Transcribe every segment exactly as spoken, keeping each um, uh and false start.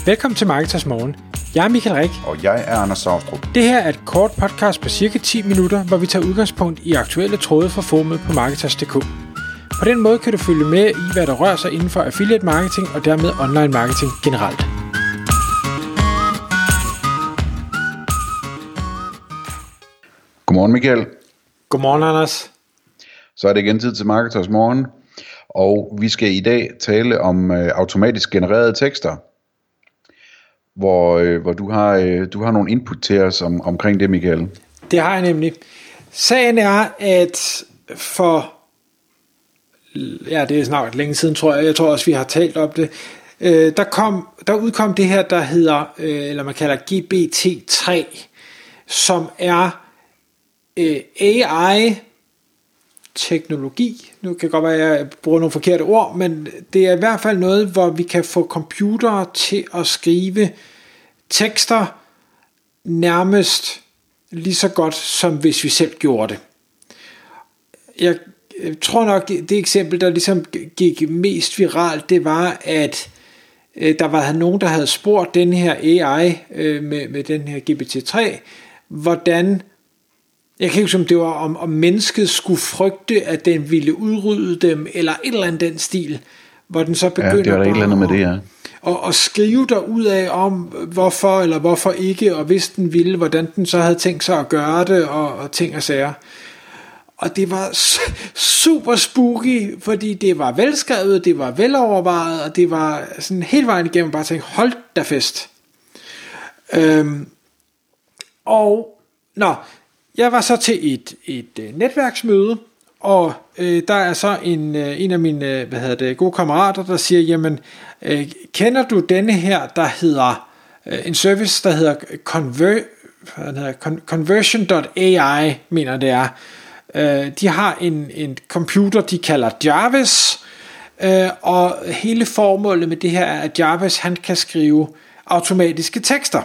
Velkommen til Marketers Morgen. Jeg er Michael Rik. Og jeg er Anders Saustrup. Det her er et kort podcast på cirka ti minutter, hvor vi tager udgangspunkt i aktuelle tråde fra forumet på Marketers punktum d k. På den måde kan du følge med i, hvad der rører sig inden for affiliate marketing og dermed online marketing generelt. Godmorgen Michael. Godmorgen Anders. Så er det igen tid til Marketers Morgen, og vi skal i dag tale om øh, automatisk genererede tekster, hvor, øh, hvor du, har, øh, du har nogle input til os om, omkring det, Michael. Det har jeg nemlig. Sagen er, at for, ja det er snart længe siden, tror jeg, jeg tror også vi har talt om det, øh, der, kom, der udkom det her, der hedder, øh, eller man kalder G B T tre, som er øh, A I teknologi. Nu kan det godt være, at jeg bruger nogle forkerte ord, men det er i hvert fald noget, hvor vi kan få computere til at skrive tekster nærmest lige så godt, som hvis vi selv gjorde det. Jeg tror nok, det eksempel, der ligesom gik mest viralt, det var, at der var nogen, der havde spurgt den her A I med, med den her G B T tre, hvordan, jeg kan ikke huske, om det var, om, om mennesket skulle frygte, at den ville udrydde dem, eller et eller andet den stil, hvor den så begynder ja, det var der et eller andet med det, ja. Og, og skrive der ud af om hvorfor eller hvorfor ikke, og hvis den ville, hvordan den så havde tænkt sig at gøre det, og, og ting og sager. Og det var super spooky, fordi det var velskrevet, det var velovervejet, og det var sådan helt vejen igennem bare tænke, hold da fest. Øhm, og nå, jeg var så til et, et netværksmøde, og øh, der er så en, øh, en af mine hvad hedder det, gode kammerater, der siger, jamen, øh, kender du denne her, der hedder, øh, en service, der hedder, Conver, hvad hedder conversion punktum A I, mener det er. Øh, de har en, en computer, de kalder Jarvis, øh, og hele formålet med det her er, at Jarvis, han kan skrive automatiske tekster.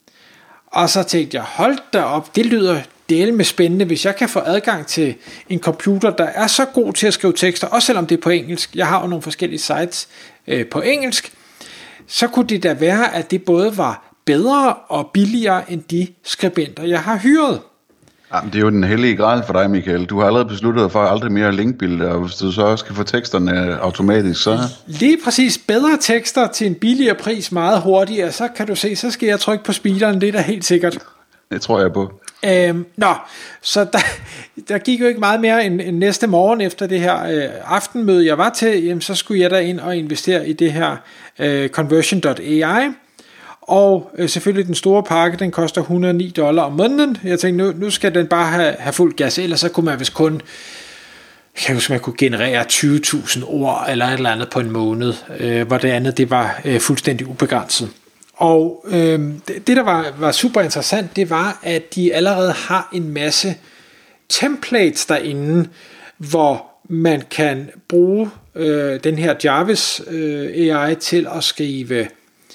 Og så tænkte jeg, hold da op, det lyder dele med spændende, hvis jeg kan få adgang til en computer, der er så god til at skrive tekster, også selvom det er på engelsk, jeg har jo nogle forskellige sites øh, på engelsk, så kunne det da være, at det både var bedre og billigere end de skribenter, jeg har hyret. Jamen, det er jo den hellige gral for dig, Michael. Du har allerede besluttet dig for aldrig mere linkbilder, og hvis du så også skal få teksterne automatisk, så... Lige præcis, bedre tekster til en billigere pris meget hurtigere, så kan du se, så skal jeg trykke på speederen, det er da helt sikkert. Det tror jeg på. Øhm, nå, så der, der gik jo ikke meget mere end, end næste morgen efter det her øh, aftenmøde, jeg var til, jamen, så skulle jeg der ind og investere i det her øh, conversion punktum A I, og øh, selvfølgelig den store pakke, den koster et hundrede og ni dollar om måneden. Jeg tænkte, nu, nu skal den bare have, have fuld gas, ellers så kunne man vist kun, jeg kan huske, man kunne generere tyve tusind ord eller et eller andet på en måned, øh, hvor det andet, det var øh, fuldstændig ubegrænset. Og øh, det, det der var, var super interessant, det var, at de allerede har en masse templates derinde, hvor man kan bruge øh, den her Jarvis øh, A I til at skrive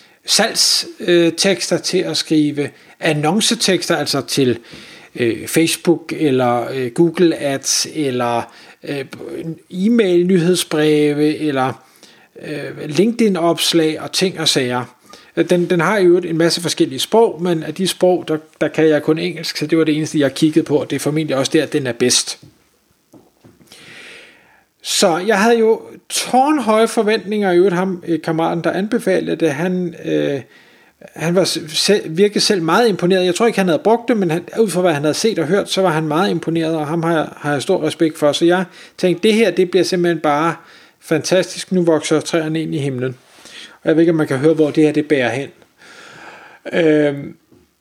salgstekster, øh, til at skrive annoncetekster, altså til øh, Facebook eller øh, Google Ads, eller øh, e-mail nyhedsbreve, eller øh, LinkedIn-opslag og ting og sager. Den, den har jo en masse forskellige sprog, men af de sprog, der, der kan jeg kun engelsk, så det var det eneste, jeg kiggede på, og det er formentlig også der, den er bedst. Så jeg havde jo tårnhøje forventninger, i øvrigt ham, kammeraten, der anbefalede det, han, øh, han var selv, virkede selv meget imponeret. Jeg tror ikke, han havde brugt det, men han, ud fra hvad han havde set og hørt, så var han meget imponeret, og ham har jeg, har jeg stor respekt for. Så jeg tænkte, det her, det bliver simpelthen bare fantastisk. Nu vokser træerne ind i himlen. Og jeg ved ikke, om man kan høre, hvor det her det bærer hen. Øhm,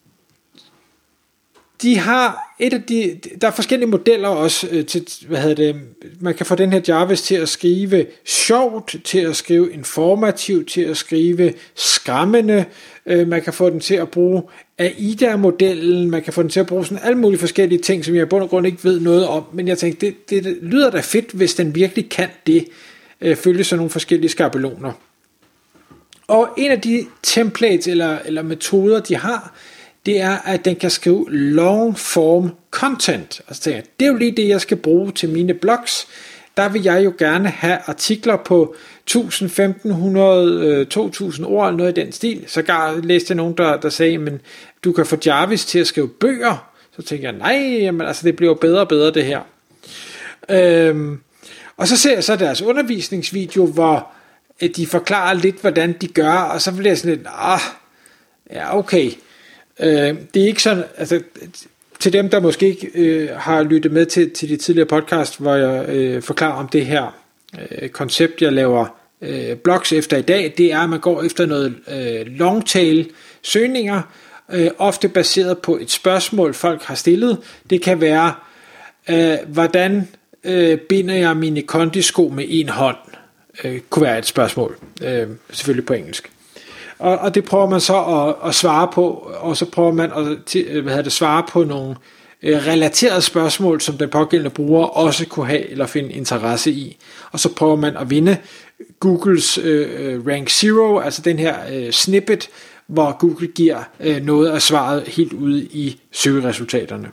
de har et af de, der er forskellige modeller også øh, til, hvad hedder det, man kan få den her Jarvis til at skrive sjovt, til at skrive informativt, til at skrive skræmmende, øh, man kan få den til at bruge A I D A-modellen, man kan få den til at bruge sådan alle mulige forskellige ting, som jeg i bund og grund ikke ved noget om, men jeg tænkte, det, det, det lyder da fedt, hvis den virkelig kan det, øh, følge sådan nogle forskellige skabeloner. Og en af de templates eller, eller metoder, de har, det er, at den kan skrive long form content. Altså, det er jo lige det, jeg skal bruge til mine blogs. der vil jeg jo gerne have artikler på tusind, femten hundrede, to tusind ord, eller noget i den stil. Så læste jeg nogen, der, der sagde, men du kan få Jarvis til at skrive bøger. Så tænker jeg, nej, jamen, altså, det bliver bedre og bedre det her. Øhm, og så ser jeg så deres undervisningsvideo, hvor de forklarer lidt, hvordan de gør, og så bliver jeg sådan lidt, ah, ja, okay. Øh, det er ikke sådan, altså, til dem, der måske ikke øh, har lyttet med til, til de tidligere podcast, hvor jeg øh, forklarer om det her øh, koncept, jeg laver øh, blogs efter i dag, det er, at man går efter noget øh, longtail søgninger, øh, ofte baseret på et spørgsmål, folk har stillet. Det kan være, øh, hvordan øh, binder jeg mine kondisko med en hånd? Øh, kunne være et spørgsmål, øh, selvfølgelig på engelsk. Og, og det prøver man så at, at svare på, og så prøver man at hvad hedder det, svare på nogle øh, relaterede spørgsmål, som den pågældende bruger også kunne have eller finde interesse i. Og så prøver man at vinde Googles øh, Rank Zero, altså den her øh, snippet, hvor Google giver øh, noget af svaret helt ude i søgeresultaterne.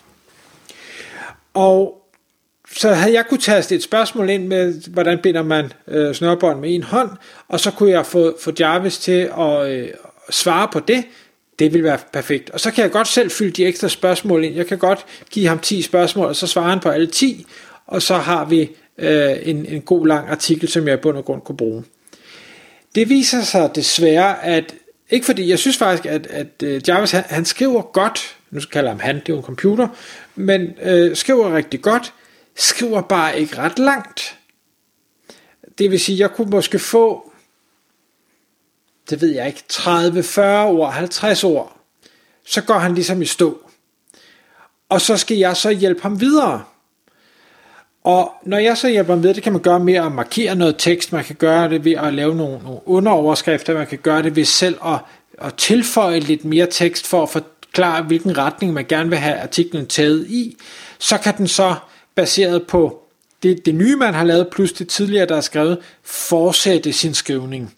Og så havde jeg kunne taste et spørgsmål ind med, hvordan binder man øh, snørbånd med en hånd, og så kunne jeg få, få Jarvis til at øh, svare på det. Det ville være perfekt. Og så kan jeg godt selv fylde de ekstra spørgsmål ind. Jeg kan godt give ham ti spørgsmål, og så svarer han på alle ti, og så har vi øh, en, en god lang artikel, som jeg i bund og grund kunne bruge. Det viser sig desværre, at ikke fordi, jeg synes faktisk, at, at uh, Jarvis, han, han skriver godt, nu kalder jeg ham han, det er jo en computer, men øh, skriver rigtig godt, skriver bare ikke ret langt. Det vil sige, jeg kunne måske få, det ved jeg ikke, tredive, fyrre ord, halvtreds ord. Så går han ligesom i stå. Og så skal jeg så hjælpe ham videre. Og når jeg så hjælper ham videre, det kan man gøre med at markere noget tekst, man kan gøre det ved at lave nogle, nogle underoverskrifter, man kan gøre det ved selv at, at tilføje lidt mere tekst for at forklare, hvilken retning man gerne vil have artiklen taget i. Så kan den så baseret på det, det nye, man har lavet, plus det tidligere, der er skrevet, fortsætte sin skrivning.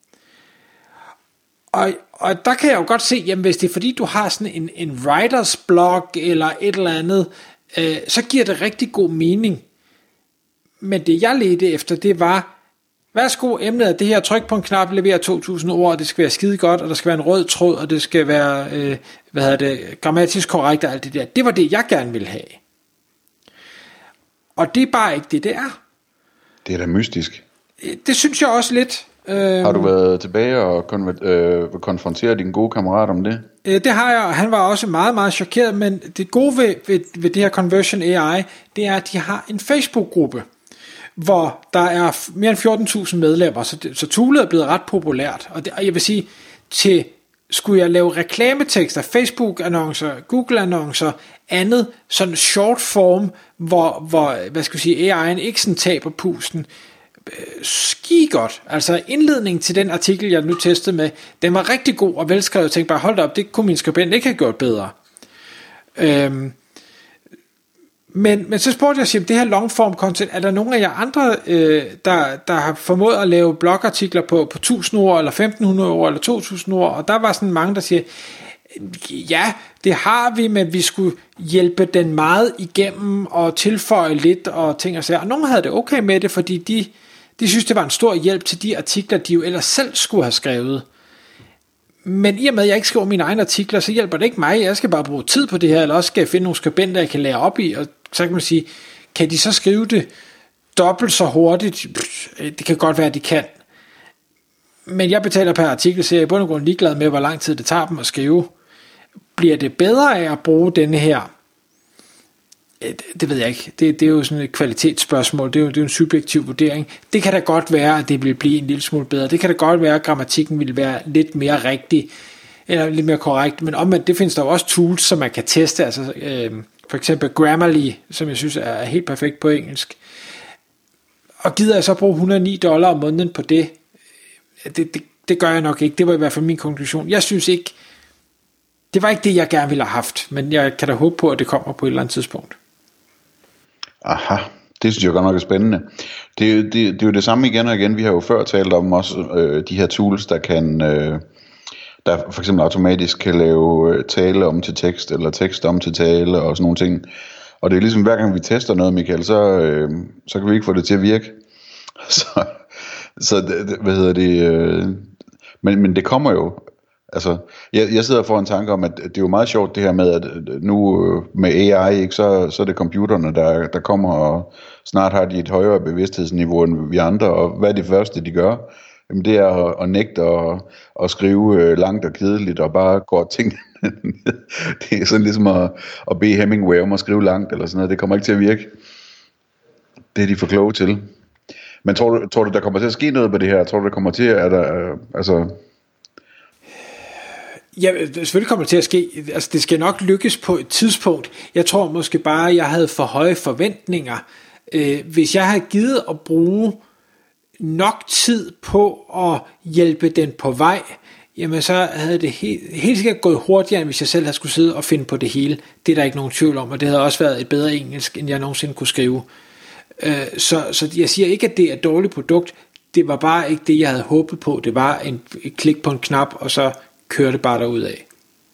Og, og der kan jeg jo godt se, jamen hvis det er fordi, du har sådan en, en writers blog, eller et eller andet, øh, så giver det rigtig god mening. Men det jeg ledte efter, det var, værsgo, emnet er det her, tryk på en knap, lever to tusind ord, og det skal være skide godt, og der skal være en rød tråd, og det skal være, øh, hvad hedder det, grammatisk korrekt, og alt det der. Det var det, jeg gerne ville have. Og det er bare ikke det, det er. Det er da mystisk. Det synes jeg også lidt. Har du været tilbage og konver- øh, konfronteret din gode kammerat om det? Det har jeg, og han var også meget, meget chokeret, men det gode ved, ved, ved det her Conversion A I, det er, at de har en Facebook-gruppe, hvor der er mere end fjorten tusind medlemmer, så, det, så toolet er blevet ret populært. Og, det, og jeg vil sige, til skulle jeg lave reklametekster, Facebook-annoncer, Google-annoncer, andet, sådan short form, hvor, hvor hvad skal jeg sige, A I'en ikke sådan taber pusten, ski godt. Altså indledningen til den artikel, jeg nu testede med, den var rigtig god og velskrevet. Jeg tænkte bare, hold da op, det kunne min skribent ikke have gjort bedre. Øhm, men, men så spurgte jeg, siger, det her longform content, er der nogen af jer andre, øh, der, der har formået at lave blogartikler på, på tusind ord, eller femten hundrede ord, eller to tusind ord, og der var sådan mange, der siger, ja, det har vi, men vi skulle hjælpe den meget igennem og tilføje lidt og ting og sager. Og nogle havde det okay med det, fordi de, de synes, det var en stor hjælp til de artikler, de jo ellers selv skulle have skrevet. Men i og med, at jeg ikke skriver mine egne artikler, så hjælper det ikke mig. Jeg skal bare bruge tid på det her, eller også skal jeg finde nogle skribenter, jeg kan lære op i, og så kan man sige, kan de så skrive det dobbelt så hurtigt? Det kan godt være, at de kan. Men jeg betaler per artikel, så jeg er i bund og grund ligeglad med, hvor lang tid det tager dem at skrive. Bliver det bedre af at bruge denne her? Det ved jeg ikke. Det, det er jo sådan et kvalitetsspørgsmål. Det er jo, det er jo en subjektiv vurdering. Det kan da godt være, at det vil blive en lille smule bedre. Det kan da godt være, at grammatikken vil være lidt mere rigtig, eller lidt mere korrekt. Men omvendt, det findes der også tools, som man kan teste. Altså, øh, for eksempel Grammarly, som jeg synes er helt perfekt på engelsk. Og gider jeg så bruge et hundrede og ni dollar om måneden på det? Det, det, det gør jeg nok ikke. Det var i hvert fald min konklusion. Jeg synes ikke, det var ikke det, jeg gerne ville have haft, men jeg kan da håbe på, at det kommer på et eller andet tidspunkt. Aha, det synes jeg godt nok er spændende. Det, det, det er jo det samme igen og igen. Vi har jo før talt om også øh, de her tools, der kan, øh, der for eksempel automatisk kan lave øh, tale om til tekst, eller tekst om til tale, og sådan nogle ting. Og det er ligesom hver gang vi tester noget, Michael, så, øh, så kan vi ikke få det til at virke. Så, så det, hvad hedder det, øh, men, men det kommer jo. Altså, jeg, jeg sidder for en tanke om, at det er jo meget sjovt det her med, at nu med A I, ikke, så, så er det computerne, der, der kommer, og snart har de et højere bevidsthedsniveau end vi andre, og hvad er det første, de gør? Jamen, det er at, at nægte at, at skrive langt og kedeligt, og bare gå og tænke. Det er sådan ligesom at, at bede Hemingway om at skrive langt, eller sådan noget. Det kommer ikke til at virke. Det er de for kloge til. Men tror du, tror du, der kommer til at ske noget på det her? Tror du, der kommer til at... Der, altså Ja, selvfølgelig kommer det til at ske. Altså, det skal nok lykkes på et tidspunkt. Jeg tror måske bare, at jeg havde for høje forventninger. Øh, hvis jeg havde givet at bruge nok tid på at hjælpe den på vej, jamen så havde det helt, helt sikkert gået hurtigere, end hvis jeg selv havde skulle sidde og finde på det hele. Det er der ikke nogen tvivl om, og det havde også været et bedre engelsk, end jeg nogensinde kunne skrive. Øh, så, så jeg siger ikke, at det er et dårligt produkt. Det var bare ikke det, jeg havde håbet på. Det var en, et klik på en knap, og så kører det bare derud af.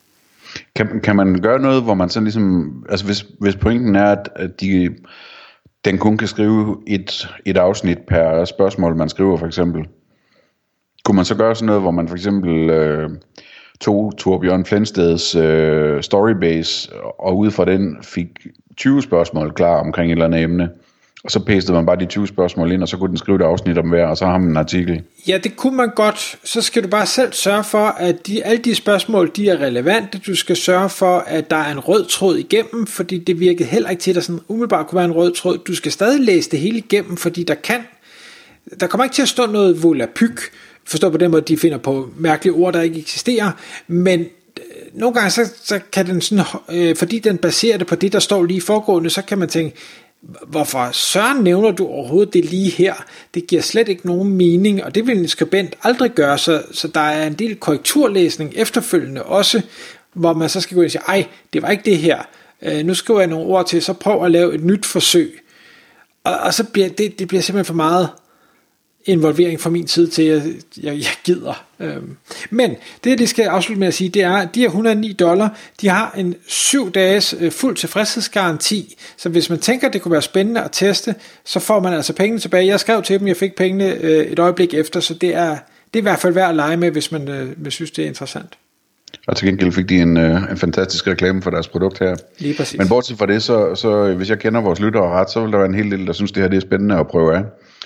Kan, kan man gøre noget, hvor man sådan ligesom, altså hvis, hvis pointen er, at, at de, den kun kan skrive et, et afsnit per spørgsmål, man skriver for eksempel, kunne man så gøre sådan noget, hvor man for eksempel øh, tog Torbjørn Flensteds øh, storybase, og ud fra den fik tyve spørgsmål klar omkring et eller andet emne, og så pastede man bare de tyve spørgsmål ind, og så kunne den skrive et afsnit om hver, og så har man en artikel. Ja, det kunne man godt. Så skal du bare selv sørge for, at de, alle de spørgsmål, de er relevante. Du skal sørge for, at der er en rød tråd igennem, fordi det virkede heller ikke til, at der sådan umiddelbart kunne være en rød tråd. Du skal stadig læse det hele igennem, fordi der kan, der kommer ikke til at stå noget volapyk, forstå på den måde, de finder på mærkelige ord, der ikke eksisterer, men nogle gange, så, så kan den sådan, øh, fordi den baserer det på det, der står lige foregående, så kan man tænke, hvorfor søren nævner du overhovedet det lige her? Det giver slet ikke nogen mening, og det vil en skribent aldrig gøre, så, så der er en del korrekturlæsning efterfølgende også, hvor man så skal gå ind og sige, ej, det var ikke det her, øh, nu skriver jeg nogle ord til, så prøv at lave et nyt forsøg, og, og så bliver det, det bliver simpelthen for meget involvering fra min side til, at jeg, jeg gider. Øhm. Men det, det skal jeg afslutte med at sige, det er, at de her et hundrede og ni dollar, de har en syv dages øh, fuld tilfredshedsgaranti, så hvis man tænker, at det kunne være spændende at teste, så får man altså pengene tilbage. Jeg skrev til dem, jeg fik pengene øh, et øjeblik efter, så det er, det er i hvert fald værd at lege med, hvis man øh, synes, det er interessant. Og til gengæld fik de en, øh, en fantastisk reklame for deres produkt her. Lige præcis. Men bortset fra det, så, så hvis jeg kender vores lyttere ret, så vil der være en hel del, der synes, det her det er spændende at prøve af.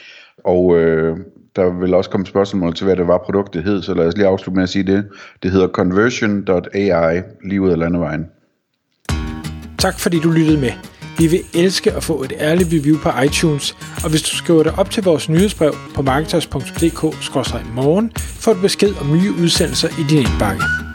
Og øh, der vil også komme spørgsmål til, hvad det var produktet hed, så lad os lige afslutte med at sige det. Det hedder conversion punktum A I, lige ud af landevejen. Tak fordi du lyttede med. Vi vil elske at få et ærligt review på iTunes, og hvis du skriver dig op til vores nyhedsbrev på marketers punktum d k skråstreg morgen, får du besked om nye udsendelser i din indbakke.